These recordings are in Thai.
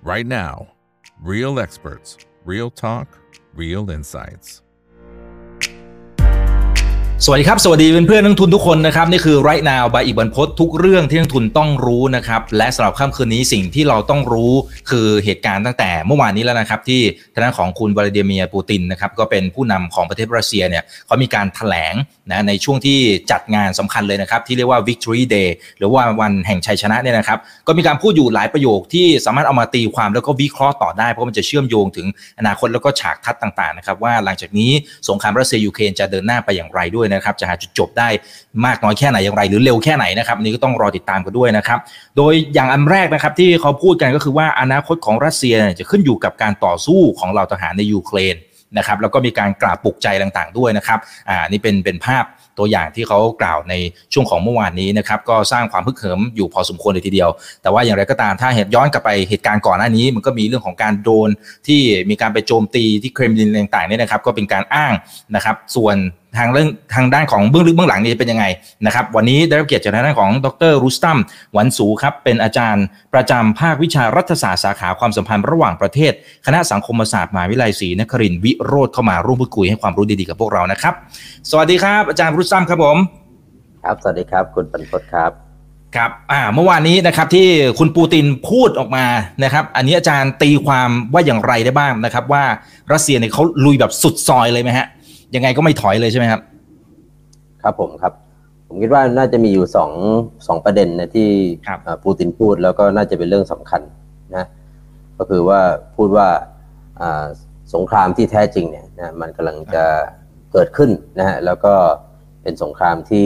right now. Real experts, real talk, real insights. สวัสดีครับสวัสดีเพื่อนๆนักทุนทุกคนนะครับนี่คือ Right Now by อีกบรรพตทุกเรื่องที่นักทุนต้องรู้นะครับและสำหรับค่ำคืนนี้สิ่งที่เราต้องรู้คือเหตุการณ์ตั้งแต่เมื่อวานนี้แล้วนะครับที่ทางด้านของคุณวลาดิเมียร์ปูตินนะครับก็เป็นผู้นำของประเทศรัสเซียเนี่ยเขามีการแถลงนะในช่วงที่จัดงานสำคัญเลยนะครับที่เรียกว่า Victory Day หรือว่าวันแห่งชัยชนะเนี่ยนะครับก็มีการพูดอยู่หลายประโยคที่สามารถเอามาตีความแล้วก็วิเคราะห์ต่อได้เพราะมันจะเชื่อมโยงถึงอนาคตแล้วก็ฉากทัศน์ต่างๆนะครับว่าหลังจากนี้สงครามรัสเซียยูเครนจะเดินหน้าไปอย่างไรด้วยนะครับจะหาจุดจบได้มากน้อยแค่ไหนอย่างไรหรือเร็วแค่ไหนนะครับนี่ก็ต้องรอติดตามกันด้วยนะครับโดยอย่างอันแรกนะครับที่เขาพูดกันก็คือว่าอนาคตของรัสเซียจะขึ้นอยู่กับการต่อสู้ของเหล่าทหารในยูเครนนะครับแล้วก็มีการกล่าวปลุกใจต่างๆด้วยนะครับนี่เป็นภาพตัวอย่างที่เขากล่าวในช่วงของเมื่อวานนี้นะครับก็สร้างความฮึกเหิมอยู่พอสมควรเลยทีเดียวแต่ว่าอย่างไรก็ตามถ้าย้อนกลับไปเหตุการณ์ก่อนหน้านี้มันก็มีเรื่องของการโดรนที่มีการไปโจมตีที่เครมลินต่างๆนี่นะครับก็เป็นการอ้างนะครับส่วนทางด้านของเบื้องลึกเบื้องหลังนี่จะเป็นยังไงนะครับวันนี้ได้รับเกียรติจากทางด้านของดร.รุสตัมหวันสูครับเป็นอาจารย์ประจำภาควิชารัฐศาสตร์สาขาความสัมพันธ์ระหว่างประเทศคณะสังคมศาสตร์มหาวิทยาลัยศรีนครินทร์วิโรจน์เข้ามาร่วมพูดคุยให้ความรู้ดีๆกับพวกเรานะครับสวัสดีครับอาจารย์รุสตัมครับผมครับสวัสดีครับคุณบรรพตครับครับเมื่อวานนี้นะครับที่คุณปูตินพูดออกมานะครับอันนี้อาจารย์ตีความว่าอย่างไรได้บ้างนะครับว่ารัสเซียเนี่ยเขาลุยแบบสุดซอยเลยไหมฮะยังไงก็ไม่ถอยเลยใช่ไหมครับครับผมคิดว่าน่าจะมีอยู่สองประเด็นนะที่ปูตินพูดแล้วก็น่าจะเป็นเรื่องสำคัญนะก็คือว่าพูดว่าสงครามที่แท้จริงเนี่ยนะมันกำลังจะเกิดขึ้นนะฮะแล้วก็เป็นสงครามที่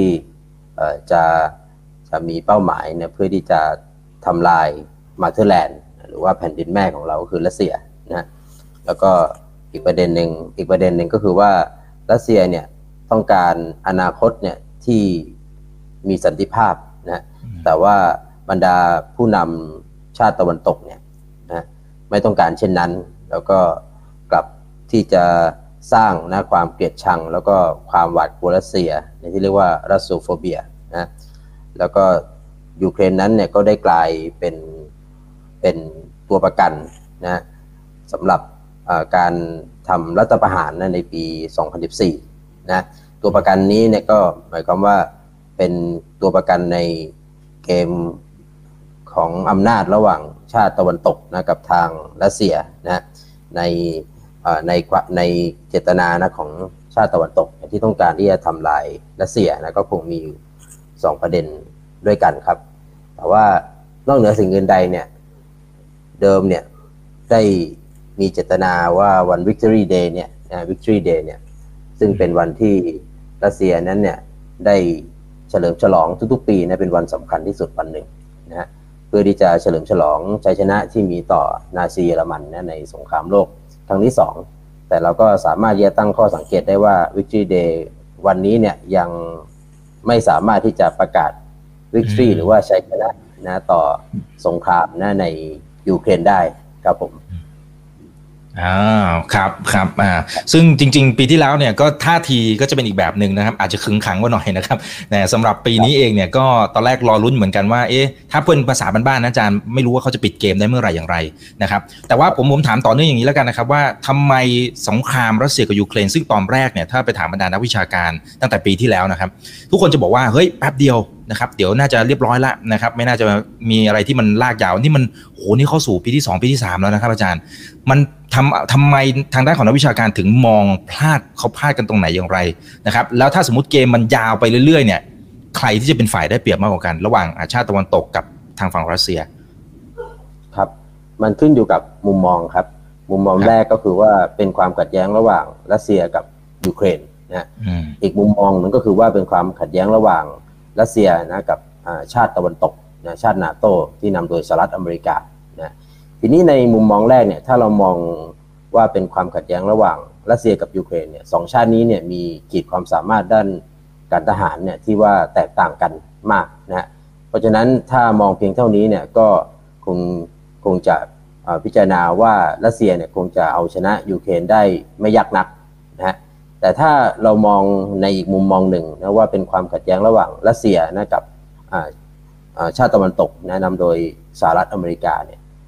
จะมีเป้าหมายเนี่ยเพื่อที่จะทำลายมาเธอร์แลนด์หรือว่าแผ่นดินแม่ของเราก็คือรัสเซียนะแล้วก็อีกประเด็นหนึ่งก็คือว่ารัสเซียเนี่ยต้องการอนาคตเนี่ยที่มีสันติภาพนะแต่ว่าบรรดาผู้นำชาติตะวันตกเนี่ยนะไม่ต้องการเช่นนั้นแล้วก็กลับที่จะสร้างนะความเกลียดชังแล้วก็ความหวาดกลัวรัสเซียในที่เรียกว่ารัสโซโฟเบียนะแล้วก็ยูเครนนั้นเนี่ยก็ได้กลายเป็นตัวประกันนะสำหรับการทำรัฐประหารในปี 2014 นะตัวประกันนี้เนี่ยก็หมายความว่าเป็นตัวประกันในเกมของอำนาจระหว่างชาติตะวันตกนะกับทางรัสเซียนะในเจตนานะของชาติตะวันตกที่ต้องการที่จะทำลายรัสเซียนะก็คงมี2ประเด็นด้วยกันครับแต่ว่านอกเหนือสิ่งอื่นใดเนี่ยเดิมเนี่ยได้มีเจตนาว่าวัน Victory Day เนี่ยVictory Day เนี่ยซึ่งเป็นวันที่รัสเซียนั้นเนี่ยได้เฉลิมฉลองทุกๆปีนะเป็นวันสำคัญที่สุดวันหนึ่งนะฮะเพื่อที่จะเฉลิมฉลองชัยชนะที่มีต่อนาซีเยอรมันนะในสงครามโลกครั้งที่2แต่เราก็สามารถที่จะตั้งข้อสังเกตได้ว่า Victory Day วันนี้เนี่ยยังไม่สามารถที่จะประกาศ Victory หรือว่าชัยชนะนะต่อสงครามนะในยูเครนได้ครับผมครับซึ่งจริงๆปีที่แล้วเนี่ยก็ท่าทีก็จะเป็นอีกแบบหนึ่งนะครับอาจจะขึงขังกว่าหน่อยนะครับแต่สำหรับปีนี้เองเนี่ยก็ตอนแรกรอลุ้นเหมือนกันว่าถ้าเป็นภาษาบ้านๆนะอาจารย์ไม่รู้ว่าเขาจะปิดเกมได้เมื่อไหร่อย่างไรนะครับแต่ว่าผมถามต่อเนื่องอย่างนี้แล้วกันนะครับว่าทำไมสงครามรัสเซียกับยูเครนซึ่งตอนแรกเนี่ยถ้าไปถามบรรดานักวิชาการตั้งแต่ปีที่แล้วนะครับทุกคนจะบอกว่าเฮ้ยแป๊บเดียวนะครับเดี๋ยวน่าจะเรียบร้อยละนะครับไม่น่าจะมีอะไรที่มันลากยาวนี่มันนี่เข้าสู่ปีที่2ปีที่3แล้วนะครับอาจารย์มันทำไมทางด้านของนักวิชาการถึงมองเขาพลาดกันตรงไหนอย่างไรนะครับแล้วถ้าสมมติเกมมันยาวไปเรื่อยๆเนี่ยใครที่จะเป็นฝ่ายได้เปรียบมากกว่ากันระหว่างชาติตะวันตกกับทางฝั่งรัสเซียครับมันขึ้นอยู่กับมุมมองครับมุมมองแรกก็คือว่าเป็นความขัดแย้งระหว่างรัสเซียกับยูเครนนะอีกมุมมองนึงก็คือว่าเป็นความขัดแย้งระหว่างรัสเซียนะกับชาติตะวันตกนะชาตินาโตที่นำโดยสหรัฐอเมริกานะทีนี้ในมุมมองแรกเนี่ยถ้าเรามองว่าเป็นความขัดแย้งระหว่างรัสเซียกับยูเครนเนี่ย2ชาตินี้เนี่ยมีขีดความสามารถด้านการทหารเนี่ยที่ว่าแตกต่างกันมากนะเพราะฉะนั้นถ้ามองเพียงเท่านี้เนี่ยก็คงจะพิจารณาว่ารัสเซียเนี่ยคงจะเอาชนะยูเครนได้ไม่ยากนักนะฮะแต่ถ้าเรามองในอีกมุมมองหนึ่งนะว่าเป็นความขัดแย้งระหว่างรัสเซียนะกับชาติตะวันตกนะนำโดยสหรัฐอเมริกาเนี่ย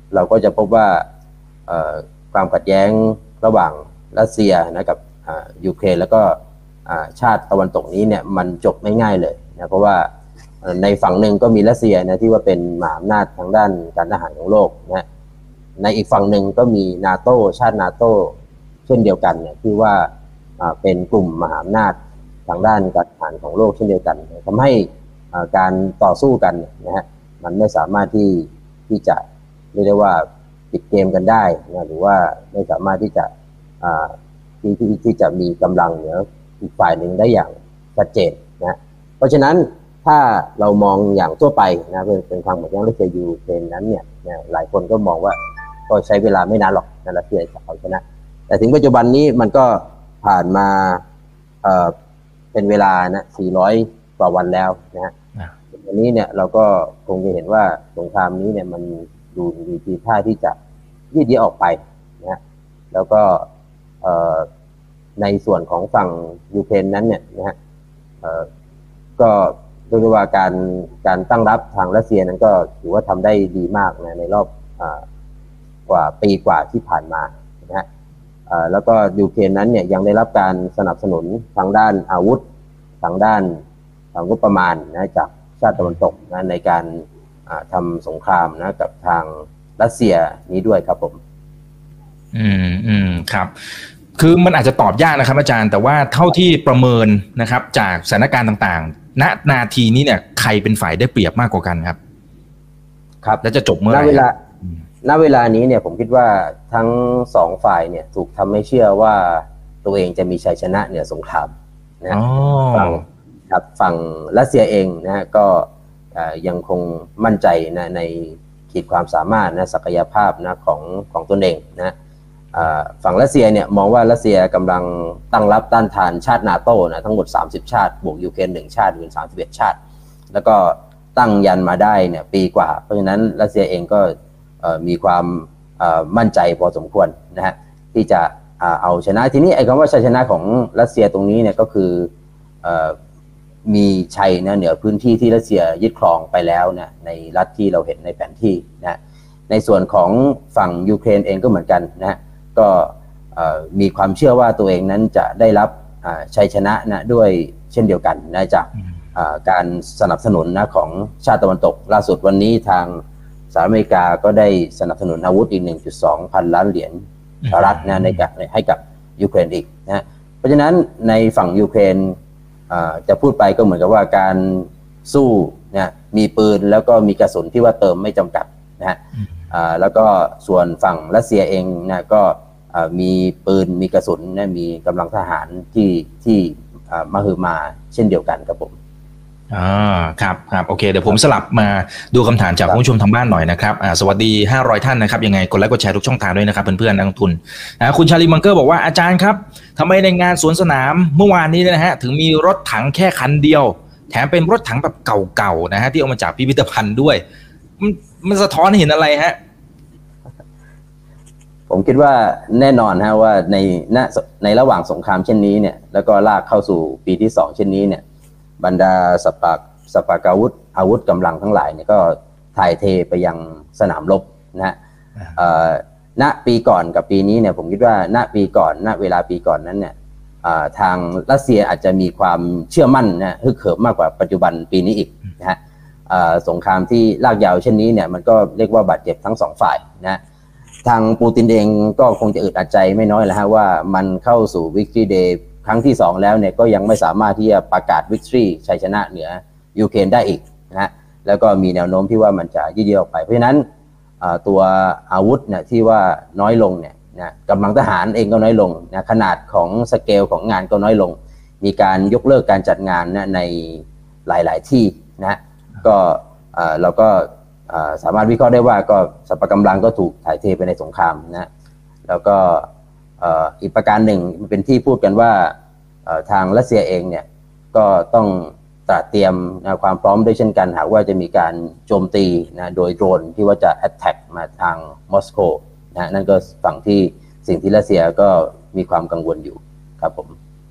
เราก็จะพบว่าความขัดแย้งระหว่างรัสเซียนะกับยูเครนแล้วก็ชาติตะวันตกนี้เนี่ยมันจบไม่ง่ายเลยนะเพราะว่าในฝั่งหนึ่งก็มีรัสเซียนะที่ว่าเป็นมหาอำนาจทางด้านการทหารของโลกนะในอีกฝั่งหนึ่งก็มีนาโต้ชาตินาโต้เช่นเดียวกันเนี่ยที่ว่าเป็นกลุ่มมหาอำนาจทางด้านการทหารของโลกเช่นเดียวกันทำให้การต่อสู้กันนะฮะมันไม่สามารถที่จะเรียกได้ว่าปิดเกมกันได้นะหรือว่าไม่สามารถที่จะที่จะมีกำลังเหนืออีกฝ่ายหนึ่งได้อย่างชัดเจนนะเพราะฉะนั้นถ้าเรามองอย่างทั่วไปนะเป็นความขัดแย้งรัสเซียยูเครนนั้นเนี่ยหลายคนก็มองว่าก็ใช้เวลาไม่นานหรอกนะรัสเซียจะเอาชนะแต่ถึงปัจจุบันนี้มันก็ผ่านมาเป็นเวลานะ400กว่าวันแล้วนะฮะวันนี้เนี่ยเราก็คงจะเห็นว่าสงครามนี้เนี่ยมันดูมีทีท่าที่จะยืดเยื้อออกไปนะแล้วก็ในส่วนของฝั่งยูเครนนั้นเนี่ยนะฮะก็เรียกว่าการตั้งรับทางรัสเซียนั้นก็ถือว่าทำได้ดีมากนะในรอบกว่าปีกว่าที่ผ่านมานะฮะแล้วก็ยูเครนนั้นเนี่ยยังได้รับการสนับสนุนทางด้านอาวุธทางด้านงบประมาณนะจากชาติตะวันตกนะในการทำสงครามนะกับทางรัสเซียนี้ด้วยครับผมครับคือมันอาจจะตอบยากนะครับอาจารย์แต่ว่าเท่าที่ประเมินนะครับจากสถานการณ์ต่างๆณนาทีนี้เนี่ยใครเป็นฝ่ายได้เปรียบมากกว่ากันครับครับแล้วจะจบเมื่อไหร่ณเวลานี้เนี่ยผมคิดว่าทั้งสองฝ่ายเนี่ยถูกทำให้เชื่อว่าตัวเองจะมีชัยชนะเหนือสงครามนะฝั่งรัสเซียเองนะฮะก็ยังคงมั่นใจนะในขีดความสามารถนะศักยภาพนะของตนเองนะฝั่งรัสเซียเนี่ยมองว่ารัสเซียกำลังตั้งรับต้านทานชาตินาโต้นะทั้งหมด30ชาติบวกยูเครน1ชาติเป็น31ชาติแล้วก็ตั้งยันมาได้เนี่ยปีกว่าเพราะฉะนั้นรัสเซียเองก็มีความมั่นใจพอสมควรนะฮะที่จะเอาชนะทีนี้ไอ้คำว่าชัยชนะของรัสเซียตรงนี้เนี่ยก็คือมีชัยนะเหนือพื้นที่ที่รัสเซียยึดครองไปแล้วนะในรัฐที่เราเห็นในแผนที่นะในส่วนของฝั่งยูเครนเองก็เหมือนกันนะก็มีความเชื่อว่าตัวเองนั้นจะได้รับชัยชนะนะด้วยเช่นเดียวกันนะจากการสนับสนุนนะของชาติตะวันตกล่าสุดวันนี้ทางสหรัฐอเมริกาก็ได้สนับสนุนอาวุธอีก 1.2 พันล้านเหรียญสหรัฐนะให้กับยูเครนอีกนะเพราะฉะนั้นในฝั่งยูเครนจะพูดไปก็เหมือนกับว่าการสู้นะมีปืนแล้วก็มีกระสุนที่ว่าเติมไม่จำกัดนะฮะแล้วก็ส่วนฝั่งรัสเซียเองนะก็มีปืนมีกระสุนนะมีกำลังทหารที่มหึมาเช่นเดียวกันครับผมครับโอเคเดี๋ยวผมสลับมาดูคำถามจากผู้ชมทางบ้านหน่อยนะครับสวัสดี500ท่านนะครับยังไงกดไลค์กดแชร์ทุกช่องทางด้วยนะครับเพื่อนๆนักลงทุนคุณชาลีมังเกอร์บอกว่าอาจารย์ครับทำไมในงานสวนสนามเมื่อวานนี้นะฮะถึงมีรถถังแค่คันเดียวแถมเป็นรถถังแบบเก่าๆนะฮะที่เอามาจากพิพิธภัณฑ์ด้วยมันสะท้อนเห็นอะไรฮะผมคิดว่าแน่นอนฮะว่าในระหว่างสงครามเช่นนี้เนี่ยแล้วก็ลากเข้าสู่ปีที่2เช่นนี้เนี่ยบรรดาสปากอาวุธกำลังทั้งหลายเนี่ยก็ถ่ายเทไปยังสนามรบนะฮะณปีก่อนกับปีนี้เนี่ยผมคิดว่าณเวลาปีก่อนนั้นเนี่ยทางรัสเซียอาจจะมีความเชื่อมั่นนะฮึกเหิมมากกว่าปัจจุบันปีนี้อีกนะฮะสงครามที่ลากยาวเช่นนี้เนี่ยมันก็เรียกว่าบาดเจ็บทั้ง2ฝ่ายนะทางปูตินเองก็คงจะอึดอัดใจไม่น้อยแล้วฮะว่ามันเข้าสู่วิกตอรี่เดย์ครั้งที่2แล้วเนี่ยก็ยังไม่สามารถที่จะประกาศวิกตอรี่ชัยชนะเหนือยูเครนได้อีกนะฮะแล้วก็มีแนวโน้มที่ว่ามันจะยืดเยื้อออกไปเพราะฉะนั้นตัวอาวุธเนี่ยที่ว่าน้อยลงเนี่ยนะกำลังทหารเองก็น้อยลงนะขนาดของสเกลของงานก็น้อยลงมีการยกเลิกการจัดงานนะในหลายๆที่นะก็เราก็สามารถวิเคราะห์ได้ว่าก็สรรพกำลังก็ถูกถ่ายเทไปในสงครามนะแล้วก็อีกประการหนึ่งเป็นที่พูดกันว่าทางรัสเซียเองเนี่ยก็ต้องตระเตรียมความพร้อมด้วยเช่นกันหากว่าจะมีการโจมตีนะโดยโดรนที่ว่าจะแอตแทกมาทางมอสโกนะนั่นก็ฝั่งที่สิ่งที่รัสเซียก็มีความกังวลอยู่ครับผม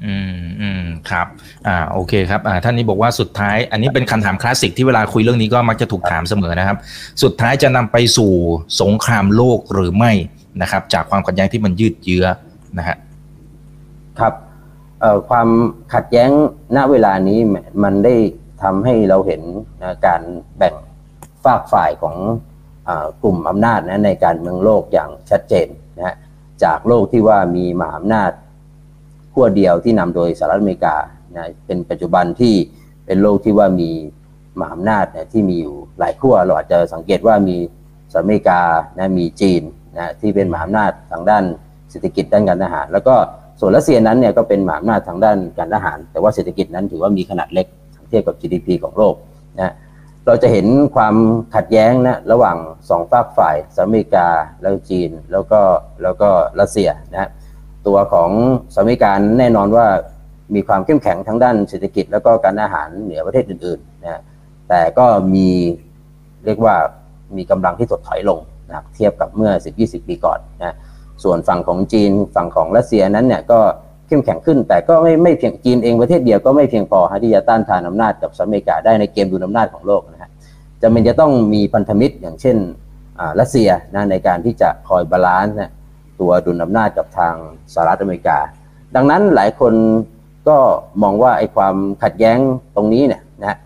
ครับโอเคครับท่านนี้บอกว่าสุดท้ายอันนี้เป็นคำถามคลาสสิกที่เวลาคุยเรื่องนี้ก็มักจะถูกถามเสมอนะครับสุดท้ายจะนำไปสู่สงครามโลกหรือไม่นะครับจากความขัดแย้งที่มันยืดเยื้อนะฮะครับความขัดแย้งณเวลานี้มันได้ทำให้เราเห็นการแบ่งฝากฝ่ายของกลุ่มอำนาจนะในการเมืองโลกอย่างชัดเจนนะฮะจากโลกที่ว่ามีมหาอำนาจขั้วเดียวที่นำโดยสหรัฐอเมริกานะเป็นปัจจุบันที่เป็นโลกที่ว่ามีมหาอำนาจนะที่มีอยู่หลายขั้วเราอาจจะสังเกตว่ามีสหรัฐอเมริกานะมีจีนนะที่เป็นมหาอำนาจทางด้านเศรษฐกิจด้านการทหารแล้วก็ส่วนรัสเซียนั้นเนี่ยก็เป็นมหาอำนาจทางด้านการทหารแต่ว่าเศรษฐกิจนั้นถือว่ามีขนาดเล็กเทียบกับ GDP ของโลกนะเราจะเห็นความขัดแย้งนะระหว่าง2ฝากฝ่ายสหรัฐอเมริกาแล้วจีนแล้วก็รัสเซียนะตัวของสหรัฐอเมริกาแน่นอนว่ามีความเข้มแข็งทางด้านเศรษฐกิจแล้วก็การอาหารเหนือประเทศอื่นๆนะแต่ก็มีเรียกว่ามีกำลังที่ถดถอยลงนะเทียบกับเมื่อ 10-20 ปีก่อนนะส่วนฝั่งของจีนฝั่งของรัสเซียนั้นเนี่ยก็เข้มแข็งขึ้นแต่ก็ไม่เพียงจีนเองประเทศเดียวก็ไม่เพียงพอที่จะต้านทานอำนาจกับสหรัฐอเมริกาได้ในเกมดุลอำนาจของโลกนะฮะจะต้องมีพันธมิตรอย่างเช่นรัสเซียนะในการที่จะคอยบาลานซ์นะตัวดุลอำนาจกับทางสหรัฐอเมริกาดังนั้นหลายคนก็มองว่าไอ้ความขัดแย้งตรงนี้เนี่ยนะ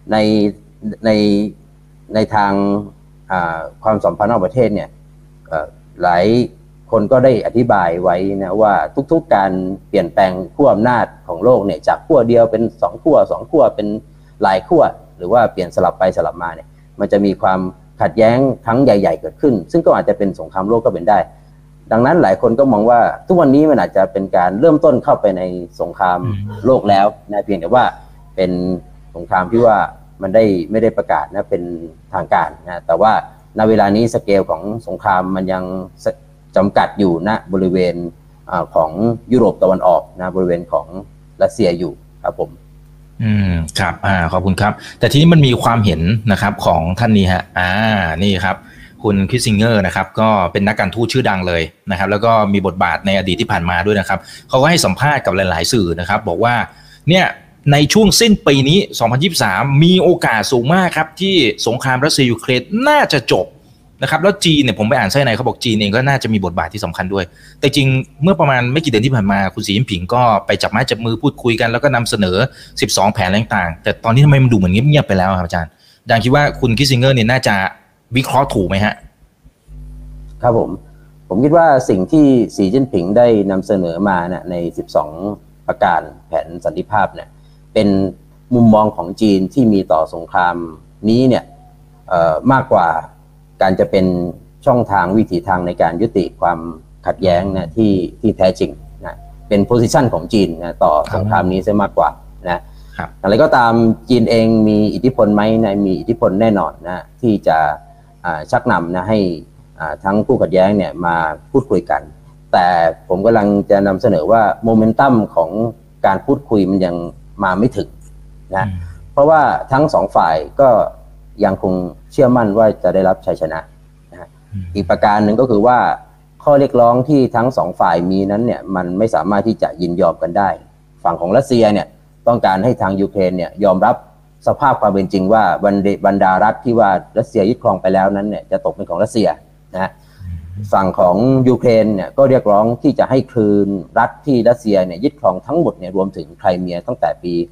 ในทางความสัมพันธ์นอกประเทศเนี่ยหลายคนก็ได้อธิบายไว้นะว่าทุกๆการเปลี่ยนแปลงขั้วอำนาจของโลกเนี่ยจากขั้วเดียวเป็น2ขั้วเป็นหลายขั้วหรือว่าเปลี่ยนสลับไปสลับมาเนี่ยมันจะมีความขัดแย้งครั้งใหญ่ๆเกิดขึ้นซึ่งก็อาจจะเป็นสงครามโลกก็เป็นได้ดังนั้นหลายคนก็มองว่าทุกวันนี้มันอาจจะเป็นการเริ่มต้นเข้าไปในสงครามโลกแล้วนะเพียงแต่ว่าเป็นสงครามที่ว่ามันไม่ได้ประกาศนะเป็นทางการนะแต่ว่าณเวลานี้สเกลของสงครามมันยังจำกัดอยู่ณบริเวณของยุโรปตะวันออกนะบริเวณของรัสเซียอยู่ครับผมครับขอบคุณครับแต่ทีนี้มันมีความเห็นนะครับของท่านนี้ฮะนี่ครับคุณคริสซิงเกอร์นะครับก็เป็นนักการทูตชื่อดังเลยนะครับแล้วก็มีบทบาทในอดีตที่ผ่านมาด้วยนะครับเขาก็ให้สัมภาษณ์กับหลายๆสื่อนะครับบอกว่าเนี่ยในช่วงสิ้นปีนี้2023มีโอกาสสูงมากครับที่สงครามรัสเซียยูเครนน่าจะจบนะครับแล้วจีนเนี่ยผมไปอ่านไส้ในเขาบอกจีนเองก็น่าจะมีบทบาทที่สำคัญด้วยแต่จริงเมื่อประมาณไม่กี่เดือนที่ผ่านมาคุณสีจิ้นผิงก็ไปจับไม้จับมือพูดคุยกันแล้วก็นำเสนอ12แผนต่างๆแต่ตอนนี้ทำไมมันดูเหมือนเงียบๆไปแล้วครับอาจารย์คิดว่าคุณคิสซิงเกอร์เนี่ยน่าจะวิเคราะห์ถูกไหมฮะครับผมคิดว่าสิ่งที่สีจิ้นผิงได้นำเสนอมาเนี่ยใน12ประการแผนสันติภาพเนี่ยเป็นมุมมองของจีนที่มีต่อสงครามนี้เนี่ยมากกว่าการจะเป็นช่องทางวิถีทางในการยุติความขัดแย้งนะที่แท้จริงนะเป็นโพสิชันของจีนนะต่อสงครามนี้ซะมากกว่านะอะไรก็ตามจีนเองมีอิทธิพลไหมนะมีอิทธิพลแน่นอนนะที่จะชักนำนะให้ทั้งคู่ขัดแย้งเนี่ยมาพูดคุยกันแต่ผมกำลังจะนำเสนอว่าโมเมนตัมของการพูดคุยมันยังมาไม่ถึงนะเพราะว่าทั้งสองฝ่ายก็ยังคงเชื่อมั่นว่าจะได้รับชัยชนะนะอีกประการหนึ่งก็คือว่าข้อเรียกร้องที่ทั้งสองฝ่ายมีนั้นเนี่ยมันไม่สามารถที่จะยินยอมกันได้ฝั่งของรัสเซียเนี่ยต้องการให้ทางยูเครนเนี่ยยอมรับสภาพความเป็นจริงว่าบรรดารัฐที่ว่ารัสเซียยึดครองไปแล้วนั้นเนี่ยจะตกเป็นของรัสเซียนะฝั่งของยูเครนเนี่ยก็เรียกร้องที่จะให้คืนรัฐที่รัสเซียเนี่ยยึดครองทั้งหมดเนี่ยรวมถึงไครเมียตั้งแต่ปี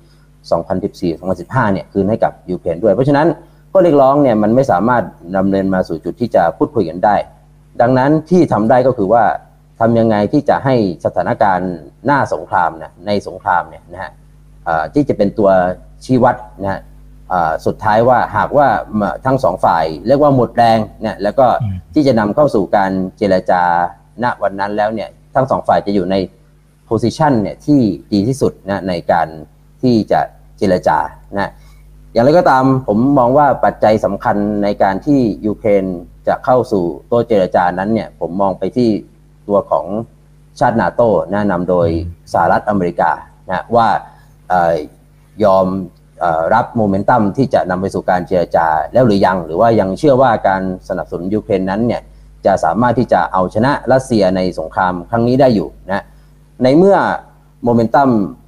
2014-2015เนี่ยคืนให้กับยูเครนด้วยเพราะฉะนั้นข้อเรียกร้องเนี่ยมันไม่สามารถดำเนินมาสู่จุดที่จะพูดคุยกันได้ดังนั้นที่ทำได้ก็คือว่าทำยังไงที่จะให้สถานการณ์หน้าสงครามเนี่ยในสงครามเนี่ยนะฮะที่จะเป็นตัวชี้วัดนะฮะสุดท้ายว่าหากว่าทั้งสองฝ่ายเรียกว่าหมดแรงเนี่ยแล้วก็ที่จะนำเข้าสู่การเจรจาณวันนั้นแล้วเนี่ยทั้งสองฝ่ายจะอยู่ในโพสิชันเนี่ยที่ดีที่สุดนะในการที่จะเจรจานะอย่างไรก็ตามผมมองว่าปัจจัยสำคัญในการที่ยูเครนจะเข้าสู่โต๊ะเจรจานั้นเนี่ยผมมองไปที่ตัวของชาตินาโต้นะนำโดยสหรัฐอเมริกานะว่ายอมรับโมเมนตัมที่จะนำไปสู่การเจรจาแล้วหรือยังหรือว่ายังเชื่อว่าการสนับสนุนยูเครนนั้นเนี่ยจะสามารถที่จะเอาชนะรัสเซียในสงครามครั้งนี้ได้อยู่นะในเมื่อโมเมนตัม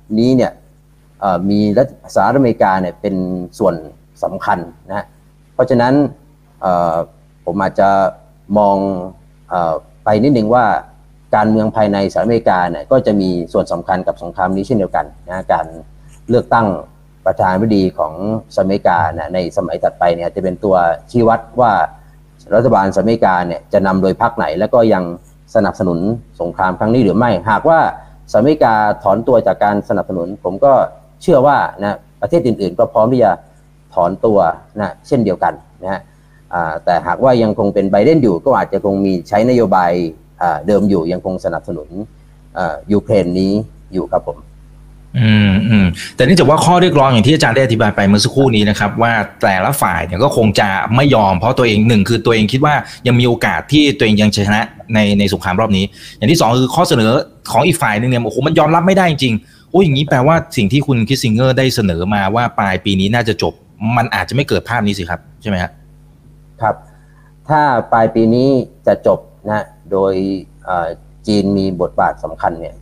นี้เนี่ยมีรัฐสหรัฐอเมริกาเนี่ยเป็นส่วนสำคัญนะเพราะฉะนั้นผมอาจจะมองไปนิดนึงว่าการเมืองภายในสหรัฐอเมริกาเนี่ยก็จะมีส่วนสำคัญกับสงครามนี้เช่นเดียวกันนะการเลือกตั้งประธานาธิบดีของสหรัฐอเมริกานะในสมัยถัดไปเนี่ยจะเป็นตัวชี้วัดว่ารัฐบาลสหรัฐอเมริกาเนี่ยจะนำโดยพรรคไหนแล้วก็ยังสนับสนุนสงครามครั้งนี้หรือไม่หากว่าสหรัฐอเมริกาถอนตัวจากการสนับสนุนผมก็เชื่อว่านะประเทศอื่นๆก็พร้อมที่จะถอนตัวนะเช่นเดียวกันนะฮะแต่หากว่ายังคงเป็นไบเดนอยู่ก็อาจจะคงมีใช้นโยบายเดิมอยู่ยังคงสนับสนุนยูเครนนี้อยู่ครับผมแต่เนื่องจากว่าข้อเรียกร้องอย่างที่อาจารย์ได้อธิบายไปเมื่อสักครู่นี้นะครับว่าแต่ละฝ่ายเนี่ยก็คงจะไม่ยอมเพราะตัวเองหนึ่งคือตัวเองคิดว่ายังมีโอกาสที่ตัวเองยังชนะในสงครามรอบนี้อย่างที่สองคือข้อเสนอของอีกฝ่ายนึงเนี่ยโอ้โหมันยอมรับไม่ได้จริงโอ้อย่างนี้แปลว่าสิ่งที่คุณคิสซิงเกอร์ได้เสนอมาว่าปลายปีนี้น่าจะจบมันอาจจะไม่เกิดภาพนี้สิครับใช่ไหมครับถ้าปลายปีนี้จะจบนะโดยจีนมีบทบาทสำคัญเนี่ย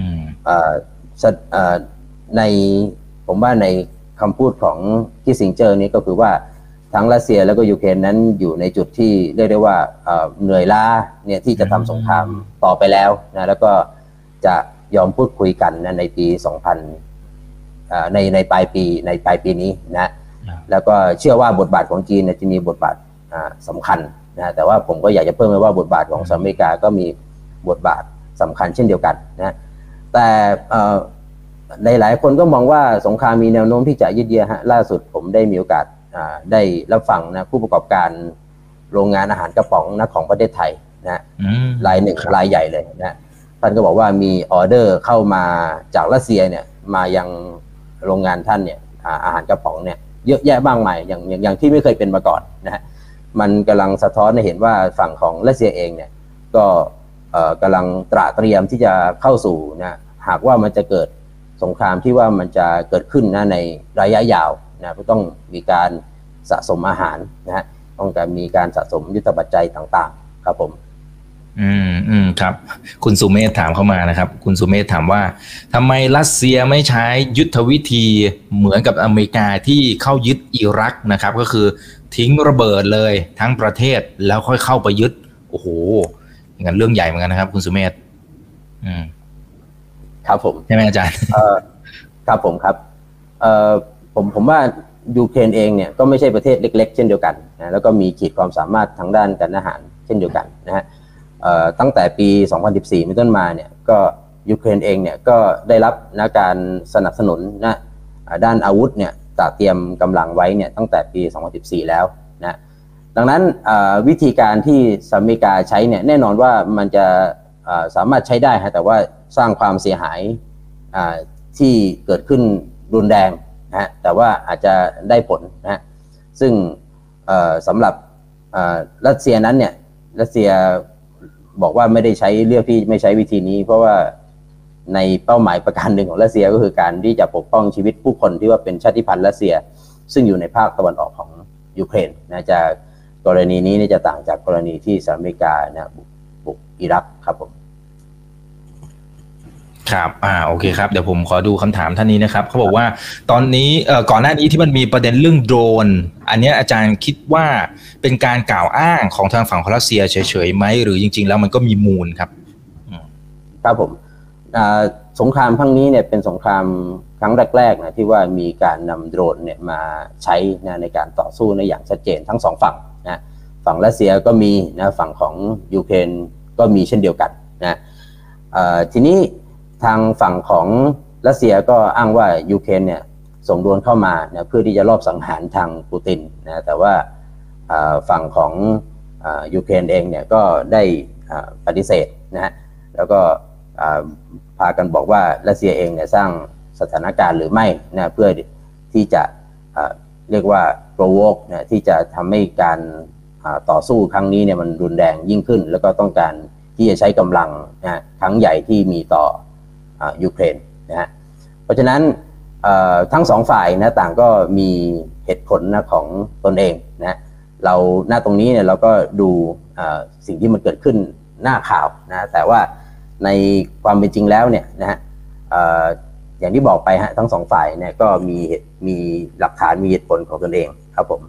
ในผมว่าในคำพูดของคิสซิงเจอร์นี้ก็คือว่าทั้งรัสเซียแล้วก็ยูเครนนั้นอยู่ในจุดที่เรียกได้ว่าเหนื่อยล้าเนี่ยที่จะทำสงครามต่อไปแล้วนะแล้วก็จะยอมพูดคุยกันนะในปี2000ในปลายปีนี้นะแล้วก็เชื่อว่าบทบาทของจีนจะมีบทบาทสำคัญนะแต่ว่าผมก็อยากจะเพิ่มไว้ว่าบทบาทของสหรัฐอเมริกาก็มีบทบาทสำคัญเช่นเดียวกันนะแต่ในหลายคนก็มองว่าสงครามมีแนวโน้มที่จะยืดเยื้อฮะล่าสุดผมได้มีโอกาสได้รับฟังนะผู้ประกอบการโรงงานอาหารกระป๋องนะของประเทศไทยนะรายหนึ่งรายใหญ่เลยนะท่านก็บอกว่ามีออเดอร์เข้ามาจากรัสเซียเนี่ยมายังโรงงานท่านเนี่ยอาหารกระป๋องเนี่ยเยอะแยะบ้างใหม่อย่างที่ไม่เคยเป็นมาก่อนนะฮะมันกำลังสะท้อนให้เห็นว่าฝั่งของรัสเซียเองเนี่ยก็กำลังเตรียมที่จะเข้าสู่นะหากว่ามันจะเกิดสงครามที่ว่ามันจะเกิดขึ้นนะในระยะยาวนะก็ต้องมีการสะสมอาหารนะฮะต้องการมีการสะสมยุทธปัจจัยต่างๆครับผมครับคุณสุเมธถามเข้ามานะครับคุณสุเมธถามว่าทำไมรัสเซียไม่ใช้ยุทธวิธีเหมือนกับอเมริกาที่เข้ายึดอิรักนะครับก็คือทิ้งระเบิดเลยทั้งประเทศแล้วค่อยเข้าไปยึดโอ้โหอย่างนั้นเรื่องใหญ่เหมือนกันนะครับคุณสุเมธครับผมใช่ไหมอาจารย์ครับผมครับผมว่ายูเครนเองเนี่ยก็ไม่ใช่ประเทศเล็กๆเช่นเดียวกันนะแล้วก็มีขีดความสามารถทางด้านการทหารเช่นเดียวกันนะฮะตั้งแต่ปี 2014 เป็นต้นมาเนี่ยก็ยูเครนเองเนี่ยก็ได้รับการสนับสนุนนะด้านอาวุธเนี่ยเตรียมกำลังไว้เนี่ยตั้งแต่ปี 2014 แล้วนะดังนั้นวิธีการที่สหรัฐอเมริกาใช้เนี่ยแน่นอนว่ามันจะสามารถใช้ได้ฮะแต่ว่าสร้างความเสียหายที่เกิดขึ้นรุนแรงนะฮะแต่ว่าอาจจะได้ผลนะฮะซึ่งสำหรับรัสเซียนั้นเนี่ยรัสเซียบอกว่าไม่ได้ใช้เลือกที่ไม่ใช้วิธีนี้เพราะว่าในเป้าหมายประการหนึ่งของรัสเซียก็คือการที่จะปกป้องชีวิตผู้คนที่ว่าเป็นชาติพันธุ์รัสเซียซึ่งอยู่ในภาคตะวันออกของยูเครนนะจะกรณีนี้จะต่างจากกรณีที่สหรัฐอเมริกานะบุกอิรักครับผมครับโอเคครับเดี๋ยวผมขอดูคำถามท่านนี้นะครับเขาบอกว่าตอนนี้ก่อนหน้านี้ที่มันมีประเด็นเรื่องโดรนอันนี้อาจารย์คิดว่าเป็นการกล่าวอ้างของทางฝั่งของรัสเซียเฉยๆไหมหรือจริงๆแล้วมันก็มีมูลครับครับผมสงครามครั้งนี้เนี่ยเป็นสงครามครั้งแรกๆนะที่ว่ามีการนำโดรนเนี่ยมาใช้นะในการต่อสู้ในอย่างชัดเจนทั้งสองฝั่งนะฝั่งรัสเซียก็มีนะฝั่งของยูเครนก็มีเช่นเดียวกันนะทีนี้ทางฝั่งของรัสเซียก็อ้างว่ายูเครนเนี่ยส่งโดรนเข้ามานะเพื่อที่จะลอบสังหารทางปูตินนะแต่ว่าฝั่งของยูเครนเองเนี่ยก็ได้ปฏิเสธนะฮะแล้วก็พากันบอกว่ารัสเซียเองเนี่ยสร้างสถานการณ์หรือไม่นะเพื่อที่จะเรียกว่าโปรโวกนะที่จะทำให้การต่อสู้ครั้งนี้เนี่ยมันรุนแรงยิ่งขึ้นแล้วก็ต้องการที่จะใช้กำลังนะครั้งใหญ่ที่มีต่อยูเครนนะฮะเพราะฉะนั้นทั้งสองฝ่ายนะต่างก็มีเหตุผลนะของตนเองนะเราหน้าตรงนี้เนี่ยเราก็ดูสิ่งที่มันเกิดขึ้นหน้าข่าวนะแต่ว่าในความเป็นจริงแล้วเนี่ยนะฮะอย่างที่บอกไปฮะทั้งสองฝ่ายเนี่ยก็มีหลักฐานมีเหตุผลของตนเองครับผม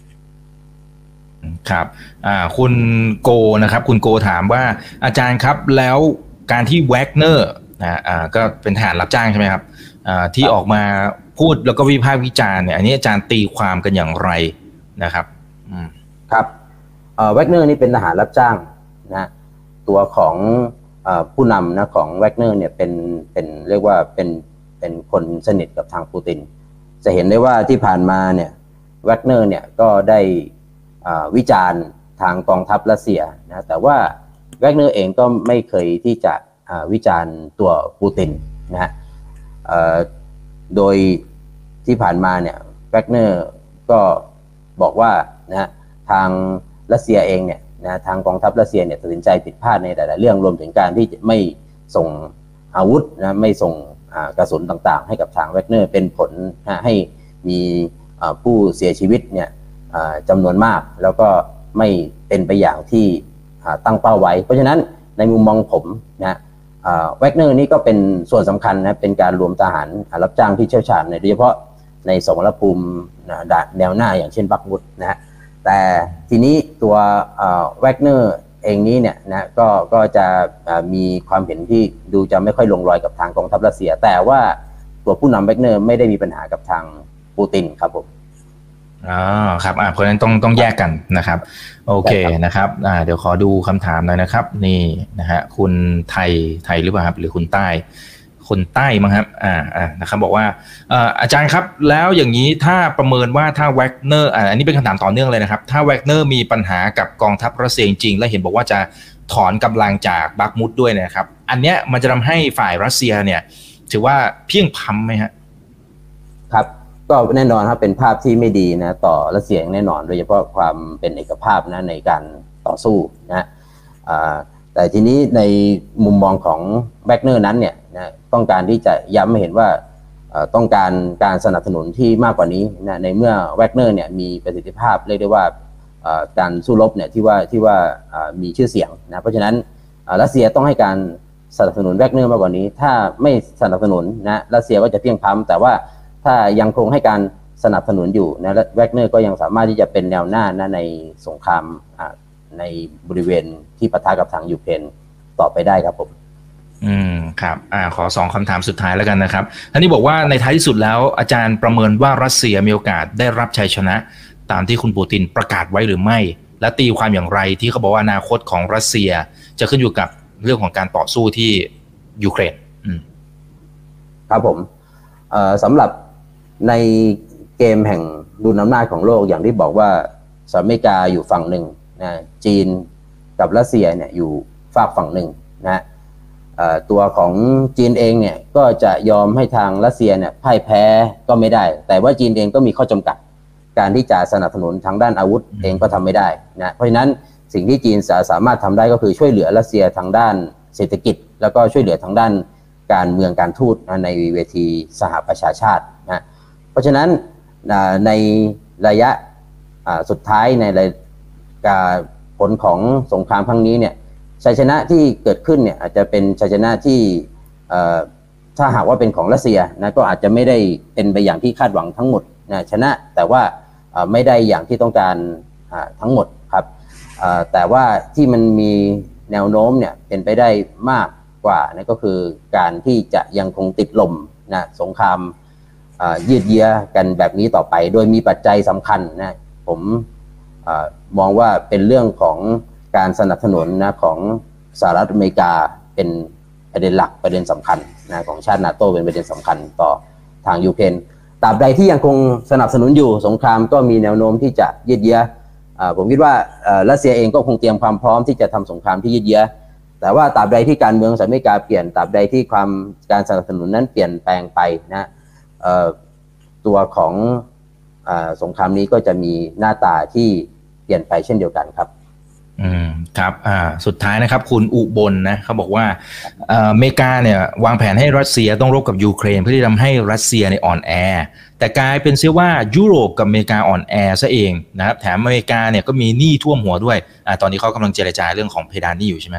ครับคุณโกนะครับคุณโกถามว่าอาจารย์ครับแล้วการที่แวกเนอร์ก็เป็นทหารรับจ้างใช่ไหมครับที่ออกมาพูดแล้วก็วิพากษ์วิจารณ์เนี่ยอันนี้อาจารย์ตีความกันอย่างไรนะครับครับแวกเนอร์นี่เป็นทหารรับจ้างนะตัวของผู้นำนะของแวกเนอร์เนี่ยเป็นเรียกว่าเป็นคนสนิทกับทางปูตินจะเห็นได้ว่าที่ผ่านมาเนี่ยแวกเนอร์เนี่ยก็ได้วิจารณ์ทางกองทัพรัสเซียนะแต่ว่าแวกเนอร์เองก็ไม่เคยที่จะวิจารณ์ตัวปูตินนะฮะโดยที่ผ่านมาเนี่ยแวกเนอร์ก็บอกว่านะทางรัสเซียเองเนี่ยนะทางกองทัพรัสเซียเนี่ยตัดสินใจผิดพลาดในหลายๆเรื่องรวมถึงการที่ไม่ส่งอาวุธนะไม่ส่งกระสุนต่างๆให้กับทางแวกเนอร์เป็นผลให้มีผู้เสียชีวิตเนี่ยจำนวนมากแล้วก็ไม่เป็นไปอย่างที่ตั้งเป้าไว้เพราะฉะนั้นในมุมมองผมนะแวกเนอร์นี่ก็เป็นส่วนสำคัญนะเป็นการรวมทหารรับจ้างที่เชี่ยวชาญโดยเฉพาะในสมรภูมิแนวหน้าอย่างเช่นบักมุดนะฮะแต่ทีนี้ตัวแวกเนอร์เองนี้เนี่ยนะก็จะมีความเห็นที่ดูจะไม่ค่อยลงรอยกับทางกองทัพรัสเซียแต่ว่าตัวผู้นำแวกเนอร์ไม่ได้มีปัญหากับทางปูตินครับผมครับเพราะฉะนั้นต้องแยกกันนะครับโอเคนะครับเดี๋ยวขอดูคำถามหน่อยนะครับนี่นะฮะคุณไทยหรือเปล่าครับหรือคุณใต้คนใต้มั้งครับนะครับบอกว่าอาจารย์ครับแล้วอย่างนี้ถ้าประเมินว่าถ้าแวกเนอร์อันนี้เป็นคำถามต่อเนื่องเลยนะครับถ้าแวกเนอร์มีปัญหากับกองทัพรัสเซียจริงและเห็นบอกว่าจะถอนกำลังจากบักมุดด้วยนะครับอันเนี้ยมันจะทำให้ฝ่ายรัสเซียเนี่ยถือว่าเพียงพำไหมฮะครับก็แน่นอนครับเป็นภาพที่ไม่ดีนะต่อรัสเซียแน่นอนโดยเฉพาะความเป็นเอกภาพนะในการต่อสู้นะแต่ทีนี้ในมุมมองของแวกเนอร์นั้นเนี่ยนะต้องการที่จะย้ำให้เห็นว่าต้องการสนับสนุนที่มากกว่านี้นะในเมื่อแวกเนอร์เนี่ยมีประสิทธิภาพเรียกได้ว่าการสู้รบเนี่ยที่ว่ามีชื่อเสียงนะเพราะฉะนั้นรัสเซียต้องให้การสนับสนุนแวกเนอร์มากกว่านี้ถ้าไม่สนับสนุนนะรัสเซียก็จะเพียงพล้ำแต่ว่าถ้ายังคงให้การสนับสนุนอยู่นะแวกเนอร์ก็ยังสามารถที่จะเป็นแนวหน้านะในสงครามในบริเวณที่ปะทะกับทางยูเครนต่อไปได้ครับผมครับขอ2คำถามสุดท้ายแล้วกันนะครับท่านนี้บอกว่าในท้ายที่สุดแล้วอาจารย์ประเมินว่ารัสเซียมีโอกาสได้รับชัยชนะตามที่คุณปูตินประกาศไว้หรือไม่และตีความอย่างไรที่เขาบอกว่าอนาคตของรัสเซียจะขึ้นอยู่กับเรื่องของการต่อสู้ที่ยูเครนครับผมสำหรับในเกมแห่งดุลอำนาจของโลกอย่างที่บอกว่าสหรัฐอเมริกาอยู่ฝั่งหนึ่งนะจีนกับรัสเซียเนี่ยอยู่ฝากฝั่งหนึ่งนะตัวของจีนเองเนี่ยก็จะยอมให้ทางรัสเซียเนี่ยพ่ายแพ้ก็ไม่ได้แต่ว่าจีนเองก็มีข้อจำกัดการที่จะสนับสนุนทางด้านอาวุธเองก็ทำไม่ได้นะเพราะฉะนั้นสิ่งที่จีนสามารถทำได้ก็คือช่วยเหลือรัสเซียทางด้านเศรษฐกิจแล้วก็ช่วยเหลือทางด้านการเมืองการทูตในเวทีสหประชาชาตินะเพราะฉะนั้นในระยะสุดท้ายในการผลของสงครามครั้งนี้เนี่ยชัยชนะที่เกิดขึ้นเนี่ยอาจจะเป็นชัยชนะที่ถ้าหากว่าเป็นของรัสเซียนะก็อาจจะไม่ได้เป็นไปอย่างที่คาดหวังทั้งหมดนะชนะแต่ว่าไม่ได้อย่างที่ต้องการทั้งหมดครับแต่ว่าที่มันมีแนวโน้มเนี่ยเป็นไปได้มากกว่านะก็คือการที่จะยังคงติดลมนะสงครามยืดเยื้อกันแบบนี้ต่อไปโดยมีปัจจัยสำคัญนะผมมองว่าเป็นเรื่องของการสนับสนุนนะของสหรัฐอเมริกาเป็นประเด็นหลักประเด็นสำคัญนะของชาตินาโต้เป็นประเด็นสำคัญต่อทางยูเครนตราบใดที่ยังคงสนับสนุนอยู่สงครามก็มีแนวโน้มที่จะยืดเยื้อผมคิดว่ารัสเซียเองก็คงเตรียมความพร้อมที่จะทำสงครามที่ยืดเยื้อแต่ว่าตราบใดที่การเมืองสหรัฐอเมริกาเปลี่ยนตราบใดที่การสนับสนุนนั้นเปลี่ยนแปลงไปนะตัวของสงครามนี้ก็จะมีหน้าตาที่เปลี่ยนไปเช่นเดียวกันครับครับสุดท้ายนะครับคุณอุบลนะเขาบอกว่าอเมริกาเนี่ยวางแผนให้รัสเซียต้องรบกับยูเครนเพื่อที่ทำให้รัสเซียในอ่อนแอแต่กลายเป็นเสียว่ายุโรปกับอเมริกาอ่อนแอซะเองนะครับแถมอเมริกาเนี่ยก็มีหนี้ท่วมหัวด้วยตอนนี้เขากำลังเจรจาเรื่องของเพดานหนี้อยู่ใช่ไหมครับ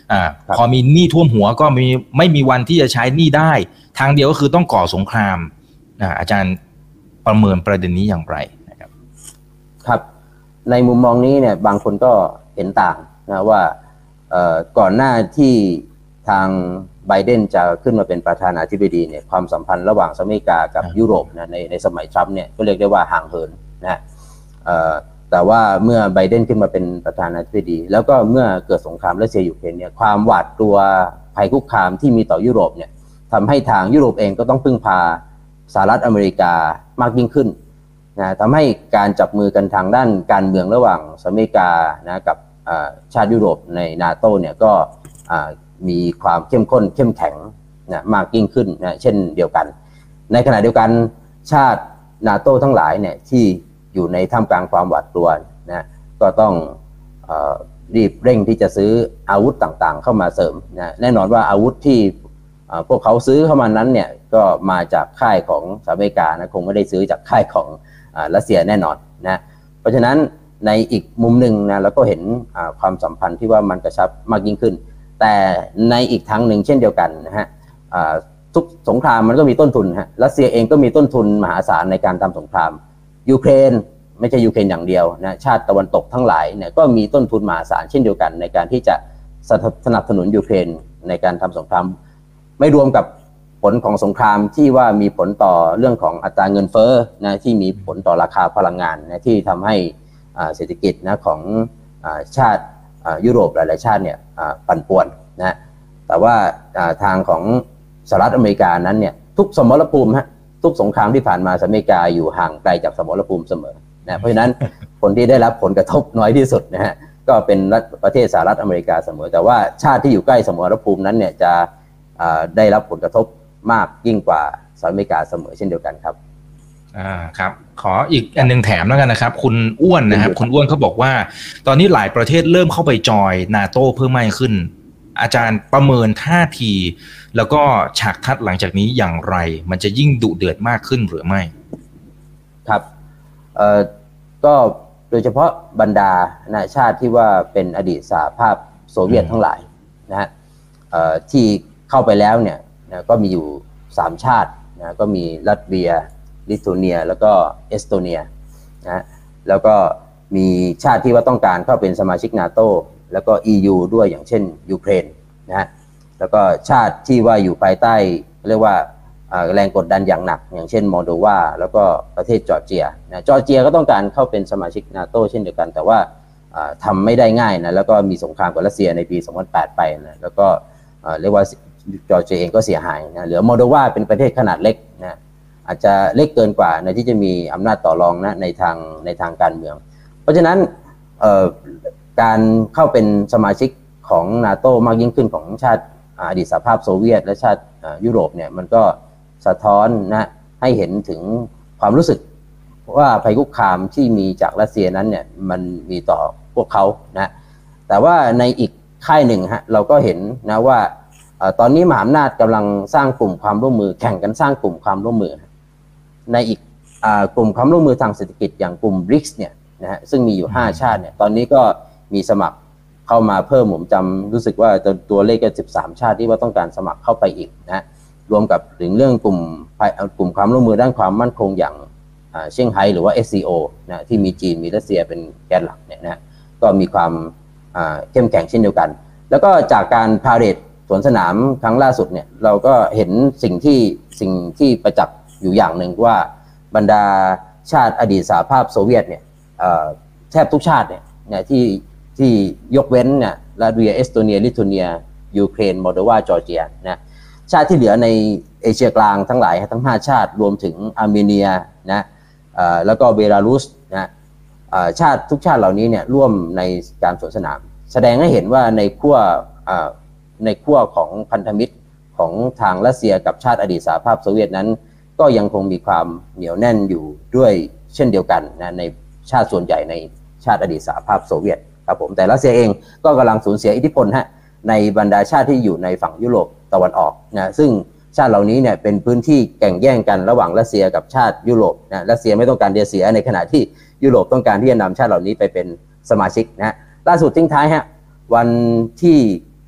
พอมีหนี้ท่วมหัวก็ไม่มีวันที่จะใช้หนี้ได้ทางเดียวก็คือต้องก่อสงครามอาจารย์ประเมินประเด็นนี้อย่างไรนะครับครับในมุมมองนี้เนี่ยบางคนก็เห็นต่างนะว่าก่อนหน้าที่ทางไบเดนจะขึ้นมาเป็นประธานาธิบดีเนี่ยความสัมพันธ์ระหว่างสหรัฐอเมริกากับยุโรปนะในสมัยทรัมป์เนี่ยก็เรียกได้ว่าห่างเหินนะแต่ว่าเมื่อไบเดนขึ้นมาเป็นประธานาธิบดีแล้วก็เมื่อเกิดสงครามรัสเซียยูเครนเนี่ยความหวาดกลัวภัยคุกคามที่มีต่อยุโรปเนี่ยทำให้ทางยุโรปเองก็ต้องพึ่งพาสหรัฐอเมริกามากยิ่งขึ้นนะทำให้การจับมือกันทางด้านการเมืองระหว่างสหรัฐอเมริกานะกับชาติยุโรปในนาโต้เนี่ยก็มีความเข้มข้นเข้มแข็งนะมากยิ่งขึ้นนะเช่นเดียวกันในขณะเดียวกันชาตินาโต้ทั้งหลายเนี่ยที่อยู่ในท่ามกลางความหวาดกลัวนะก็ต้องรีบเร่งที่จะซื้ออาวุธต่างๆเข้ามาเสริมนะแน่นอนว่าอาวุธที่พวกเขาซื้อเข้ามานั้นเนี่ยก็มาจากค่ายของสหรัฐอเมริกานะคงไม่ได้ซื้อจากค่ายของรัสเซียแน่นอนนะเพราะฉะนั้นในอีกมุมหนึ่งนะเราก็เห็นความสัมพันธ์ที่ว่ามันกระชับมากยิ่งขึ้นแต่ในอีกทางหนึ่งเช่นเดียวกันนะฮะทุกสงครามมันก็มีต้นทุนฮะรัสเซียเองก็มีต้นทุนมหาศาลในการทำสงครามยูเครนไม่ใช่ยูเครนอย่างเดียวนะชาติตะวันตกทั้งหลายเนี่ยก็มีต้นทุนมหาศาลเช่นเดียวกันในการที่จะสนับสนุนยูเครนในการทำสงครามไม่รวมกับผลของสงครามที่ว่ามีผลต่อเรื่องของอัตราเงินเฟ้อนะที่มีผลต่อราคาพลังงานนะที่ทำให้เศรษฐกิจนะของชาติยุโรปหลายๆชาติเนี่ยปั่นป่วนนะแต่ว่าทางของสหรัฐอเมริกานั้นเนี่ยทุกสมรภูมิฮะทุกสงครามที่ผ่านมาสหรัฐอเมริกาอยู่ห่างไกลจากสมรภูมิเสมอนะเพราะฉะนั้นคนที่ได้รับผลกระทบน้อยที่สุดนะฮะก็เป็นประเทศสหรัฐอเมริกาเสมอแต่ว่าชาติที่อยู่ใกล้สมรภูมินั้นเนี่ยจะได้รับผลกระทบมากยิ่งกว่าสหรัฐอเมริกาเสมอเช่นเดียวกันครับครับขออีกอันนึงแถมแล้วกันนะครับคุณอ้วนนะครับคุณอ้วนเขาบอกว่าตอนนี้หลายประเทศเริ่มเข้าไปจอยนาโต้เพิ่มมากขึ้นอาจารย์ประเมินท่าทีแล้วก็ฉากทัดหลังจากนี้อย่างไรมันจะยิ่งดุเดือดมากขึ้นหรือไม่ครับก็โดยเฉพาะบรรดาชาติที่ว่าเป็นอดีตสหภาพโซเวียตทั้งหลายนะฮะที่เข้าไปแล้วเนี่ยก็มีอยู่3ชาตินะก็มีลัตเวียลิทัวเนียแล้วก็เอสโตเนียนะแล้วก็มีชาติที่ว่าต้องการเข้าเป็นสมาชิกนาโต้แล้วก็ EU ด้วยอย่างเช่นยูเครนนะฮะแล้วก็ชาติที่ว่าอยู่ภายใต้เรียกว่าแรงกดดันอย่างหนักอย่างเช่นมอลโดวาแล้วก็ประเทศจอร์เจียนะจอร์เจียก็ต้องการเข้าเป็นสมาชิกนาโต้เช่นเดียวกันแต่ว่าทำไม่ได้ง่ายนะแล้วก็มีสงครามกับรัสเซียในปี2008ไปนะแล้วก็เรียกว่าจอร์เจียเองก็เสียหายนะเหลือมอลโดวาเป็นประเทศขนาดเล็กนะอาจจะเล็กเกินกว่าในที่จะมีอำนาจต่อรองนะในทางการเมืองเพราะฉะนั้นการเข้าเป็นสมาชิกของนาโต้มากยิ่งขึ้นของชาติอดีตสหภาพโซเวียตและชาติยุโรปเนี่ยมันก็สะท้อนนะให้เห็นถึงความรู้สึกว่าภัยคุกคามที่มีจากรัสเซียนั้นเนี่ยมันมีต่อพวกเขานะแต่ว่าในอีกค่ายหนึ่งฮะเราก็เห็นนะว่าตอนนี้มหาอำนาจกำลังสร้างกลุ่มความร่วมมือแข่งกันสร้างกลุ่มความร่วมมือในอีกกลุ่มความร่วมมือทางเศรษฐกิจอย่างกลุ่ม BRICS เนี่ยนะฮะซึ่งมีอยู่5ชาติเนี่ยตอนนี้ก็มีสมัครเข้ามาเพิ่มผมจำรู้สึกว่าตัวเลขก็13ชาติที่ว่าต้องการสมัครเข้าไปอีกนะรวมกับถึงเรื่องกลุ่มความร่วมมือด้านความมั่นคงอย่างเซี่ยงไฮ้หรือว่า SCO นะที่มีจีนมีรัสเซียเป็นแกนหลักเนี่ยนะก็มีความเข้มแข็งเช่นเดียวกันแล้วก็จากการพาเหรดสวนสนามครั้งล่าสุดเนี่ยเราก็เห็นสิ่งที่ประจักษ์อยู่อย่างหนึ่งว่าบรรดาชาติอดีตสหภาพโซเวียตเนี่ยแทบทุกชาติเนี่ยที่ยกเว้นเนี่ยลัตเวียเอสโตเนียลิทัวเนียยูเครนมอลโดวาจอร์เจียนะชาติที่เหลือในเอเชียกลางทั้งหลายทั้ง5ชาติรวมถึงอาร์เมเนียนะแล้วก็เบลารุสนะชาติทุกชาติเหล่านี้เนี่ยร่วมในการสวนสนามแสดงให้เห็นว่าในขั้วของพันธมิตรของทางรัสเซียกับชาติอดีตสหภาพโซเวียตนั้นก็ยังคงมีความเหนียวแน่นอยู่ด้วยเช่นเดียวกันนะในชาติส่วนใหญ่ในชาติอดีตสหภาพโซเวียตครับผมแต่รัสเซียเองก็กำลังสูญเสียอิทธิพลฮะในบรรดาชาติที่อยู่ในฝั่งยุโรปตะวันออกนะซึ่งชาติเหล่านี้เนี่ยเป็นพื้นที่แข่งแย่งกันระหว่างรัสเซียกับชาติยุโรปนะรัสเซียไม่ต้องการจะเสียในขณะที่ยุโรปต้องการที่จะนำชาติเหล่านี้ไปเป็นสมาชิกนะล่าสุดทิ้งท้ายฮะวันที่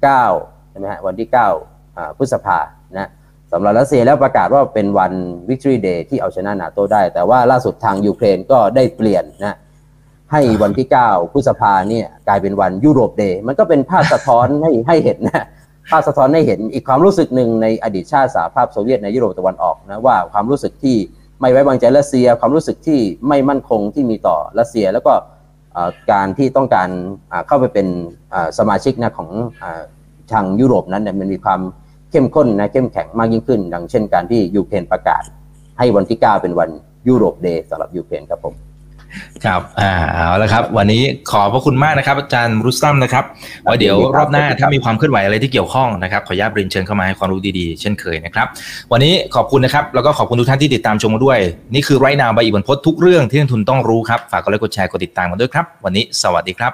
9ใช่ไหมฮะวันที่9พฤษภานะสำหรับรัสเซียแล้วประกาศว่าเป็นวัน Victory Day ที่เอาชนะนาโต้ได้แต่ว่าล่าสุดทางยูเครนก็ได้เปลี่ยนนะให้วันที่9พฤษภาเนี่ยกลายเป็นวันยุโรปเดย์มันก็เป็นภาพสะท้อนให้เห็นนะภาพสะท้อนให้เห็นอีกความรู้สึกหนึ่งในอดีตชาติสหภาพโซเวียตในยุโรปตะวันออกนะว่าความรู้สึกที่ไม่ไว้วางใจรัสเซียความรู้สึกที่ไม่มั่นคงที่มีต่อรัสเซียแล้วก็การที่ต้องการเข้าไปเป็นสมาชิกนะของทางยุโรปนั้นเนี่ยมันมีความเข้มข้นนะเข้มแข็งมากยิ่งขึ้นดังเช่นการที่ยูเครนประกาศให้วันที่9เป็นวันยุโรปเดย์สำหรับยูเครนครับผมครับเอาละครับวันนี้ขอบพระคุณมากนะครับอาจารย์รุสตัมนะครับไว้เดี๋ยวรอบหน้าถ้ามีความเคลื่อนไหวอะไรที่เกี่ยวข้องนะครับขออนุญาตเรียนเชิญเข้ามาให้ความรู้ดีๆเช่นเคยนะครับวันนี้ขอบคุณนะครับแล้วก็ขอบคุณทุกท่านที่ติดตามชมมาด้วยนี่คือ Right Now ใบอิบันพจน์ทุกเรื่องที่นักทุนต้องรู้ครับฝากกดไลค์กดแชร์กดติดตามกันด้วยครับวันนี้สวัสดีครับ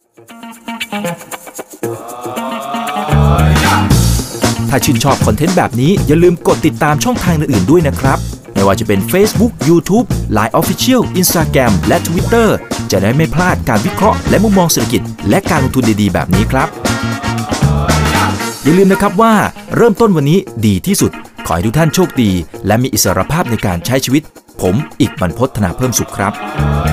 ถ้าชื่นชอบคอนเทนต์แบบนี้อย่าลืมกดติดตามช่องทางอื่นๆด้วยนะครับไม่ว่าจะเป็น Facebook, YouTube, Line Official, Instagram และ Twitter จะได้ไม่พลาดการวิเคราะห์และมุมมองเศรษฐกิจและการลงทุนดีๆแบบนี้ครับอย่าลืมนะครับว่าเริ่มต้นวันนี้ดีที่สุดขอให้ทุกท่านโชคดีและมีอิสรภาพในการใช้ชีวิตผมอีกบรรพต ธนาเพิ่มสุขครับ